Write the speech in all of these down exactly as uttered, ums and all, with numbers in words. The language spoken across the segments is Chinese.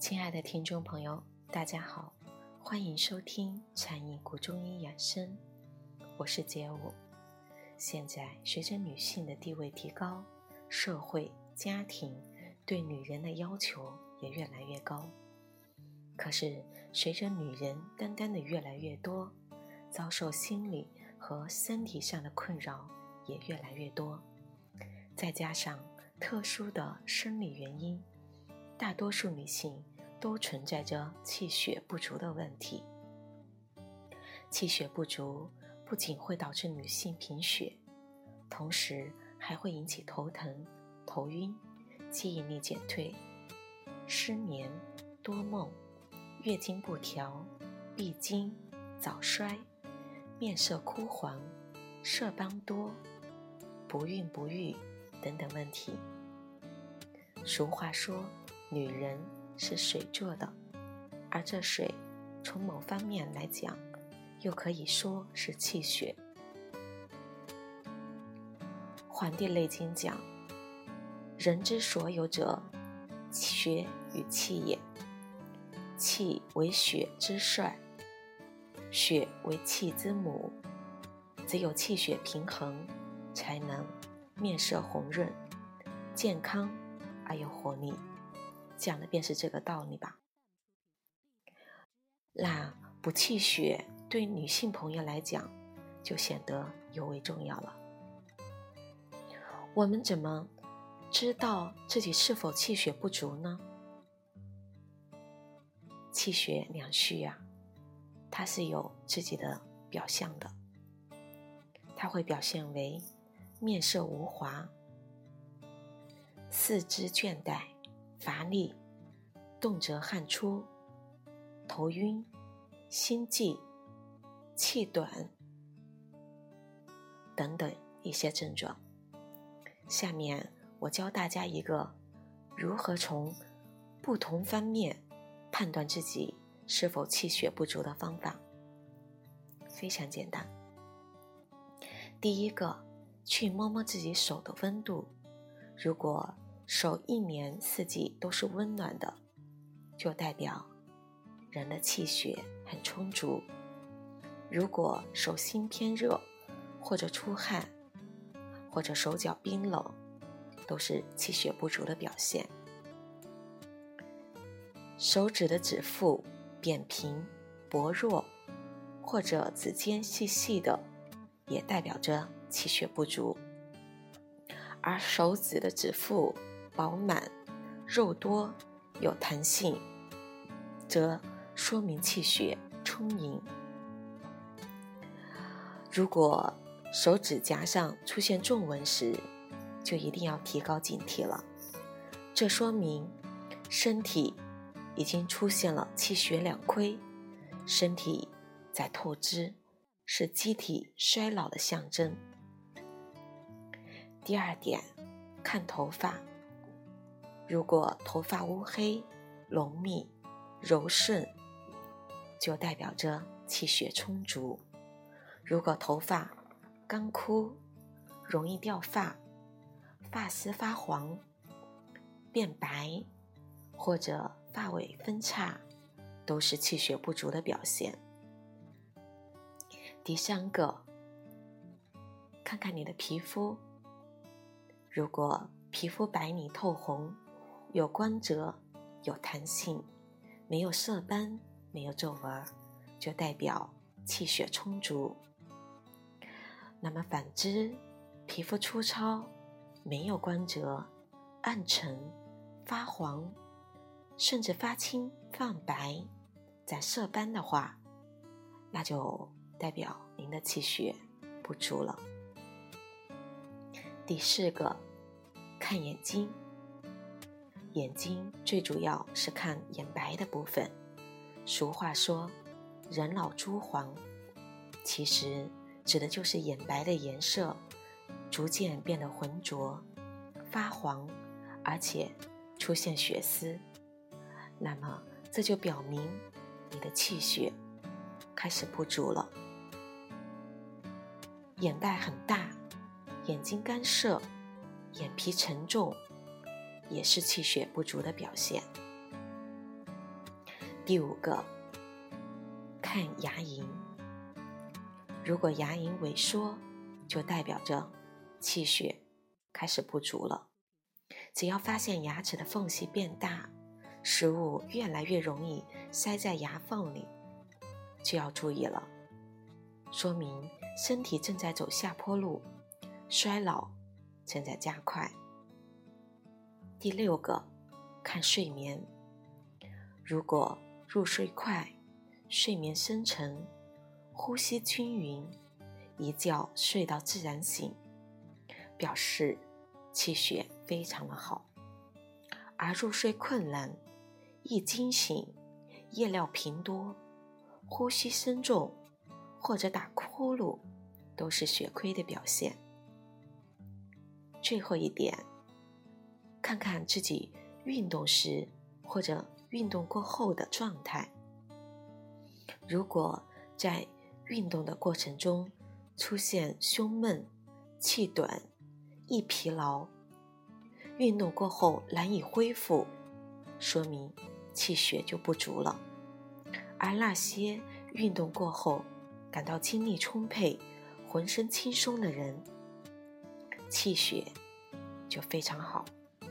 亲爱的听众朋友，大家好，欢迎收听禅意古中医养生，我是杰武。现在随着女性的地位提高，社会、家庭对女人的要求也越来越高。可是随着女人担当的越来越多，遭受心理和身体上的困扰也越来越多，再加上特殊的生理原因，大多数女性都存在着气血不足的问题。气血不足不仅会导致女性贫血，同时还会引起头疼、头晕、记忆力减退、失眠、多梦、月经不调、闭经、早衰、面色枯黄、色斑多、不孕不育等等问题。俗话说，女人是水做的，而这水从某方面来讲，又可以说是气血。黄帝内经讲，人之所有者，血与气也。气为血之帅，血为气之母。只有气血平衡，才能面色红润、健康而有活力。讲的便是这个道理吧。那补气血对女性朋友来讲就显得尤为重要了。我们怎么知道自己是否气血不足呢？气血两虚啊，它是有自己的表象的，它会表现为面色无华、四肢倦怠、乏力、动辄汗出、头晕、心悸、气短等等一些症状。下面我教大家一个如何从不同方面判断自己是否气血不足的方法，非常简单。第一个，去摸摸自己手的温度，如果手一年四季都是温暖的，就代表人的气血很充足。如果手心偏热，或者出汗，或者手脚冰冷，都是气血不足的表现。手指的指腹扁平、薄弱，或者指尖细细的，也代表着气血不足。而手指的指腹饱满、肉多、有弹性，则说明气血充盈。如果手指甲上出现纵纹时，就一定要提高警惕了，这说明身体已经出现了气血两亏，身体在透支，是机体衰老的象征。第二点，看头发，如果头发乌黑、浓密、柔顺，就代表着气血充足。如果头发干枯、容易掉发、发丝发黄、变白，或者发尾分叉，都是气血不足的表现。第三个，看看你的皮肤，如果皮肤白里透红，有光泽、有弹性，没有色斑、没有皱纹，就代表气血充足。那么反之，皮肤粗糙、没有光泽、暗沉、发黄，甚至发青、泛白、长色斑的话，那就代表您的气血不足了。第四个，看眼睛。眼睛最主要是看眼白的部分。俗话说，人老珠黄，其实指的就是眼白的颜色逐渐变得浑浊、发黄，而且出现血丝。那么这就表明你的气血开始不足了。眼袋很大，眼睛干涩，眼皮沉重，也是气血不足的表现。 第五个，看牙龈。如果牙龈萎缩，就代表着气血开始不足了。只要发现牙齿的缝隙变大，食物越来越容易塞在牙缝里，就要注意了，说明身体正在走下坡路，衰老正在加快。第六个，看睡眠。如果入睡快，睡眠深沉，呼吸均匀，一觉睡到自然醒，表示气血非常的好。而入睡困难，一惊醒，夜尿频多，呼吸深重或者打呼噜，都是血亏的表现。最后一点，看看自己运动时或者运动过后的状态。如果在运动的过程中出现胸闷、气短、易疲劳，运动过后难以恢复，说明气血就不足了。而那些运动过后感到精力充沛、浑身轻松的人，气血就非常好。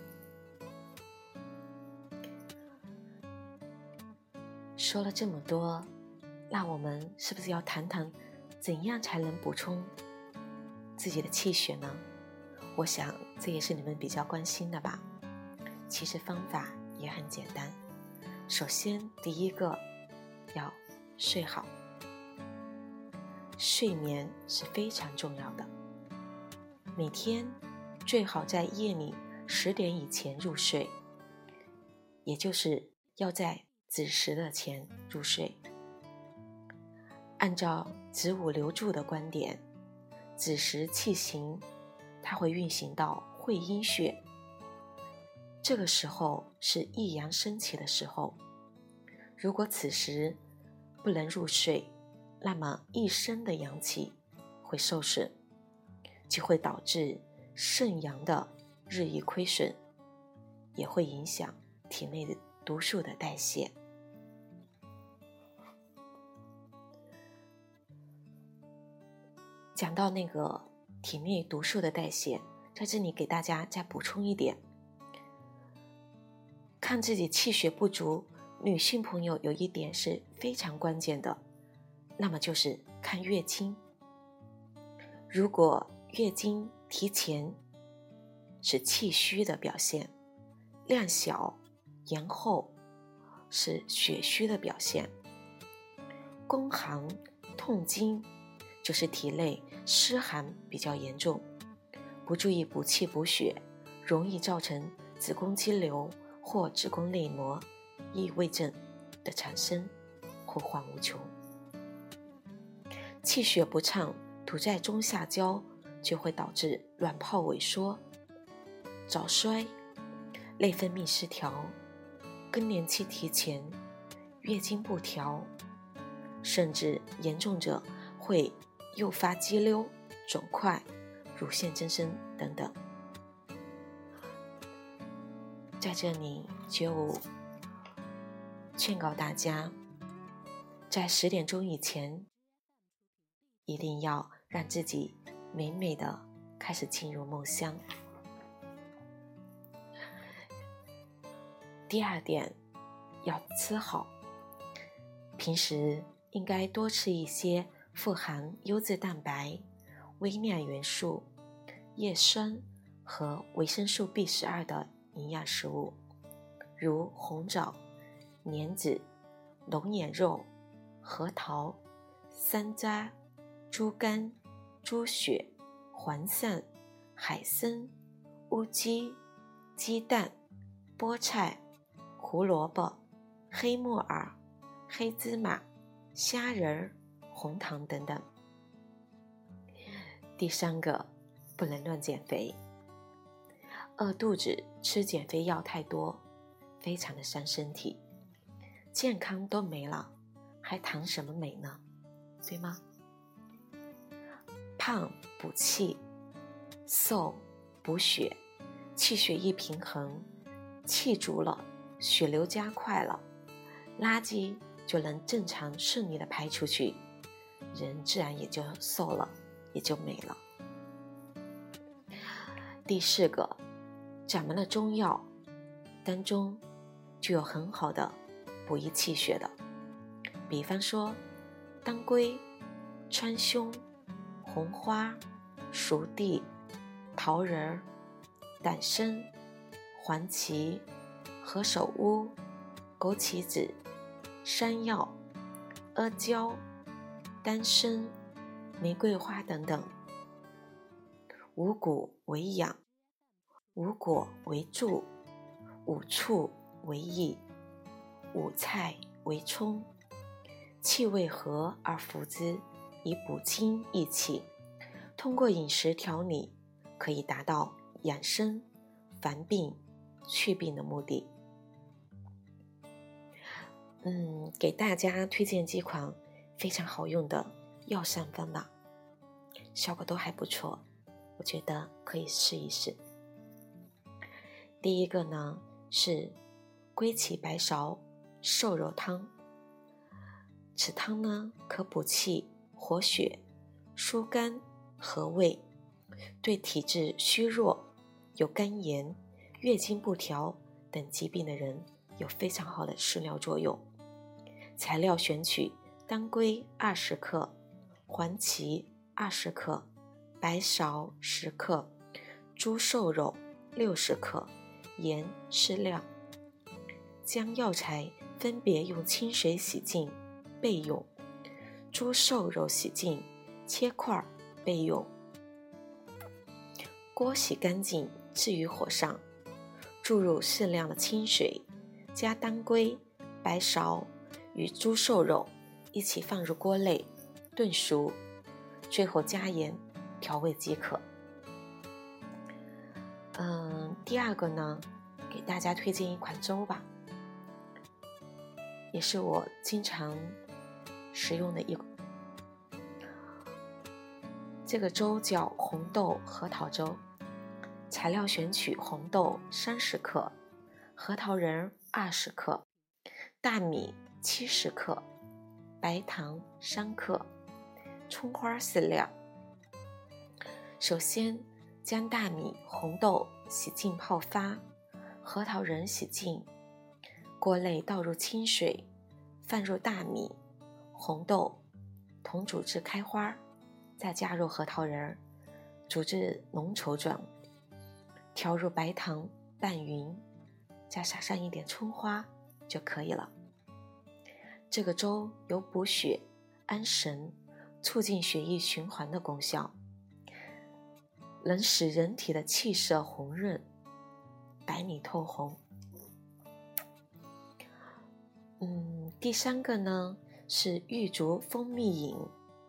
说了这么多，那我们是不是要谈谈怎样才能补充自己的气血呢？我想这也是你们比较关心的吧。其实方法也很简单，首先第一个要睡好。睡眠是非常重要的，每天最好在夜里十点以前入睡，也就是要在子时的前入睡。按照子午流注的观点，子时气行，它会运行到会阴穴，这个时候是一阳升起的时候。如果此时不能入睡，那么一身的阳气会受损，就会导致肾阳的日益亏损，也会影响体内的毒素的代谢。讲到那个体内毒素的代谢，在这里给大家再补充一点，看自己气血不足，女性朋友有一点是非常关键的，那么就是看月经。如果月经提前，是气虚的表现，量小延后是血虚的表现，宫寒痛经就是体内湿寒比较严重，不注意补气补血，容易造成子宫肌瘤或子宫内膜异位症的产生，后患无穷。气血不畅堵在中下焦，就会导致卵泡萎缩、早衰、内分泌失调、更年期提前、月经不调，甚至严重者会诱发肌瘤、肿块、乳腺增生等等。在这里就劝告大家，在十点钟以前一定要让自己美美的开始进入梦乡。第二点，要吃好，平时应该多吃一些富含优质蛋白、微量元素、叶酸和维生素 B 十二 的营养食物，如红枣、莲子、龙眼肉、核桃、山楂、猪肝、猪血、黄鳝、海参、乌鸡、鸡蛋、菠菜、胡萝卜、黑木耳、黑芝麻、虾仁、红糖等等。第三个，不能乱减肥，饿肚子吃减肥药太多，非常的伤身体，健康都没了，还谈什么美呢？对吗？胖补气，瘦补血，气血一平衡，气足了，血流加快了， 垃圾就能正常顺利的排出去，人自然也就瘦了，也就美了。第四个，咱们的中药当中就有很好的补益气血的，比方说当归、川芎、红花、熟地、桃仁、党参、黄芪、何首乌、枸杞子、山药、阿胶、丹参、玫瑰花等等。五谷为养，五果为助，五畜为益，五菜为充，气味和而服之，以补精益气。通过饮食调理，可以达到养生、防病、祛病的目的。嗯，给大家推荐几款非常好用的药膳方法，效果都还不错，我觉得可以试一试。第一个呢是归期白芍瘦肉汤，此汤呢可补气、活血、疏肝、和胃，对体质虚弱、有肝炎、月经不调等疾病的人有非常好的食疗作用。材料选取当归二十克、黄芪二十克、白芍十克、猪瘦肉六十克、盐适量。将药材分别用清水洗净备用，猪瘦肉洗净切块备用。锅洗干净置于火上，注入适量的清水，加当归、白芍与猪瘦肉一起放入锅内炖熟，最后加盐调味即可。嗯，第二个呢，给大家推荐一款粥吧，也是我经常食用的一个。这个粥叫红豆核桃粥，材料选取红豆三十克、核桃仁二十克、大米七十克、白糖三克、葱花适量。首先将大米、红豆洗净泡发，核桃仁洗净，锅内倒入清水，放入大米、红豆，同煮至开花，再加入核桃仁，煮至浓稠状，调入白糖拌匀，再撒上一点葱花就可以了。这个粥有补血、安神、促进血液循环的功效，能使人体的气色红润、白里透红。嗯，第三个呢是玉竹蜂蜜饮。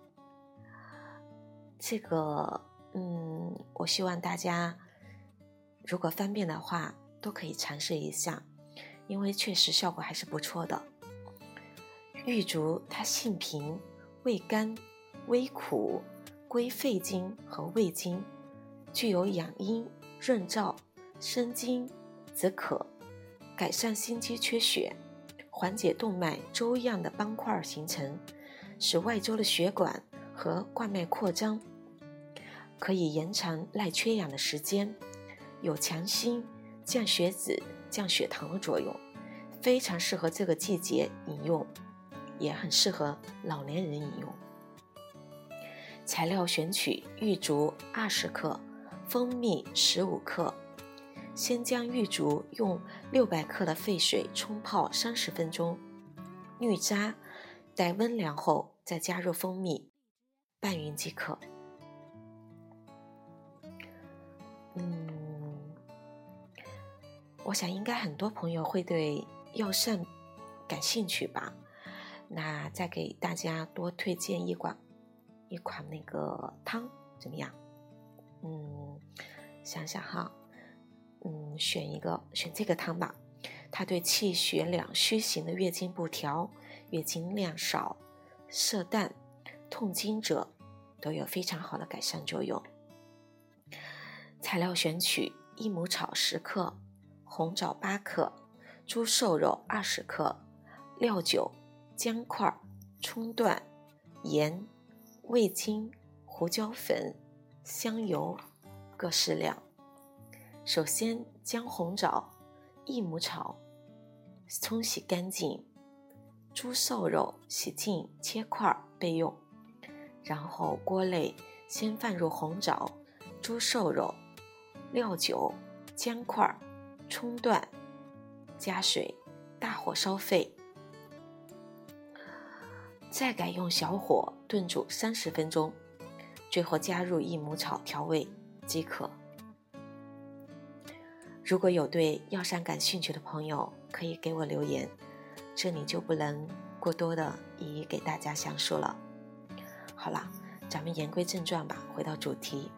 这个嗯，我希望大家如果方便的话都可以尝试一下，因为确实效果还是不错的。玉竹它性平，味甘，微苦，归肺经和胃经，具有养阴、润燥、生津、止渴、改善心肌缺血、缓解动脉粥样的斑块形成，使外周的血管和冠脉扩张，可以延长赖缺氧的时间，有强心、降血脂、降血糖的作用，非常适合这个季节饮用，也很适合老年人饮用。材料选取玉竹二十克、蜂蜜十五克。先将玉竹用六百克的沸水冲泡三十分钟，滤渣，待温凉后再加入蜂蜜，拌匀即可。嗯，我想应该很多朋友会对药膳感兴趣吧。那再给大家多推荐一款一款那个汤怎么样？嗯，想想哈，嗯，选一个选这个汤吧。它对气血两虚型的月经不调、月经量少、色淡、痛经者都有非常好的改善作用。材料选取益母草十克、红枣八克、猪瘦肉二十克、 料酒、姜块、葱段、盐、味精、胡椒粉、香油各适量。首先将红枣、益母草冲洗干净，猪瘦肉洗净切块备用。然后锅内先放入红枣、猪瘦肉、料酒、姜块、葱段，加水，大火烧沸，再改用小火炖煮三十分钟，最后加入益母草调味即可。如果有对药膳感兴趣的朋友，可以给我留言，这里就不能过多的一一给大家详述了。好了，咱们言归正传吧，回到主题。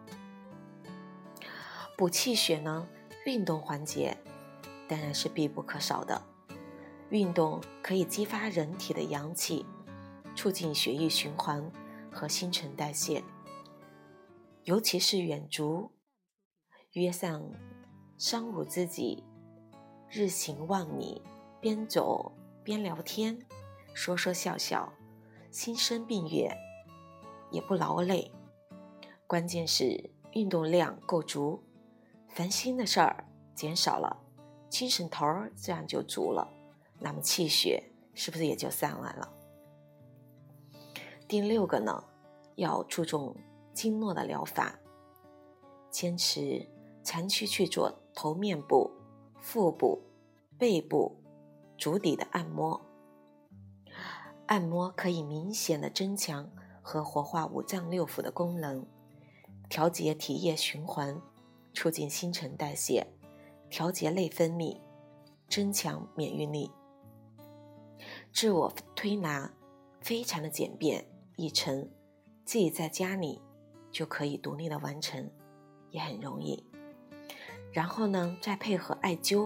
补气血呢，运动环节当然是必不可少的。运动可以激发人体的阳气，促进血液循环和新陈代谢，尤其是远足，约上三五知己，日行万里，边走边聊天，说说笑笑，心生并悦，也不劳累。关键是运动量够足，烦心的事儿减少了，精神头儿自然就足了，那么气血是不是也就散来了？第六个呢，要注重经络的疗法，坚持长期去做头面部、腹部、背部、足底的按摩。按摩可以明显的增强和活化五脏六腑的功能，调节体液循环，促进新陈代谢，调节内分泌，增强免疫力。自我推拿非常的简便易成，自己在家里就可以独立的完成，也很容易。然后呢，再配合艾灸，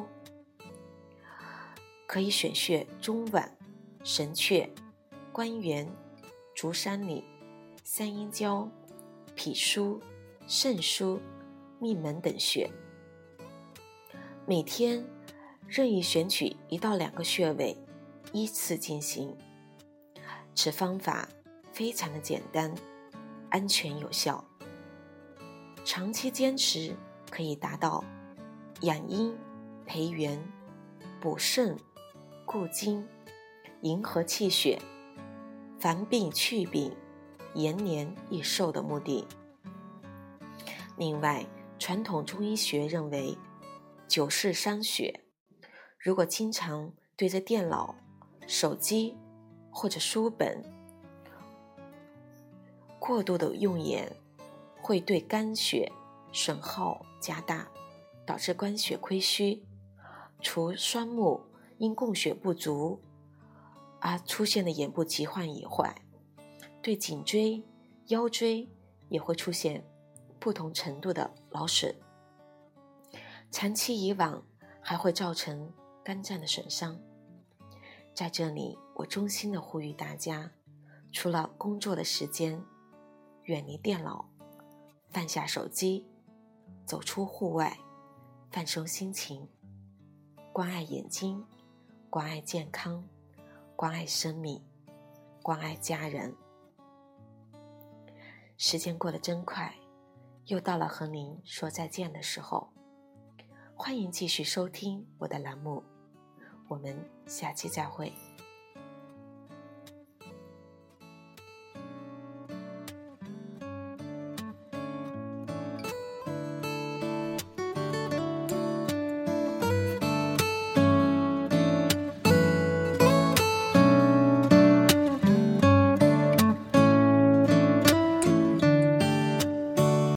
可以选穴中脘、神阙、关元、足三里、三阴交、脾腧、肾腧、命门等穴。每天任意选取一到两个穴位，依次进行。此方法非常的简单，安全有效，长期坚持可以达到养阴、培元、补肾、固精、营和气血、防病去病、延年益寿的目的。另外，传统中医学认为九是伤血，如果经常对着电脑、手机或者书本过度的用眼，会对肝血损耗加大，导致关血亏虚，除双目因供血不足而出现的眼部疾患以外，对颈椎、腰椎也会出现不同程度的劳损，长期以往还会造成肝脏的损伤。在这里，我衷心的呼吁大家，除了工作的时间，远离电脑，放下手机，走出户外，放松心情，关爱眼睛，关爱健康，关爱生命，关爱家人。时间过得真快，又到了和您说再见的时候。欢迎继续收听我的栏目，我们下期再会。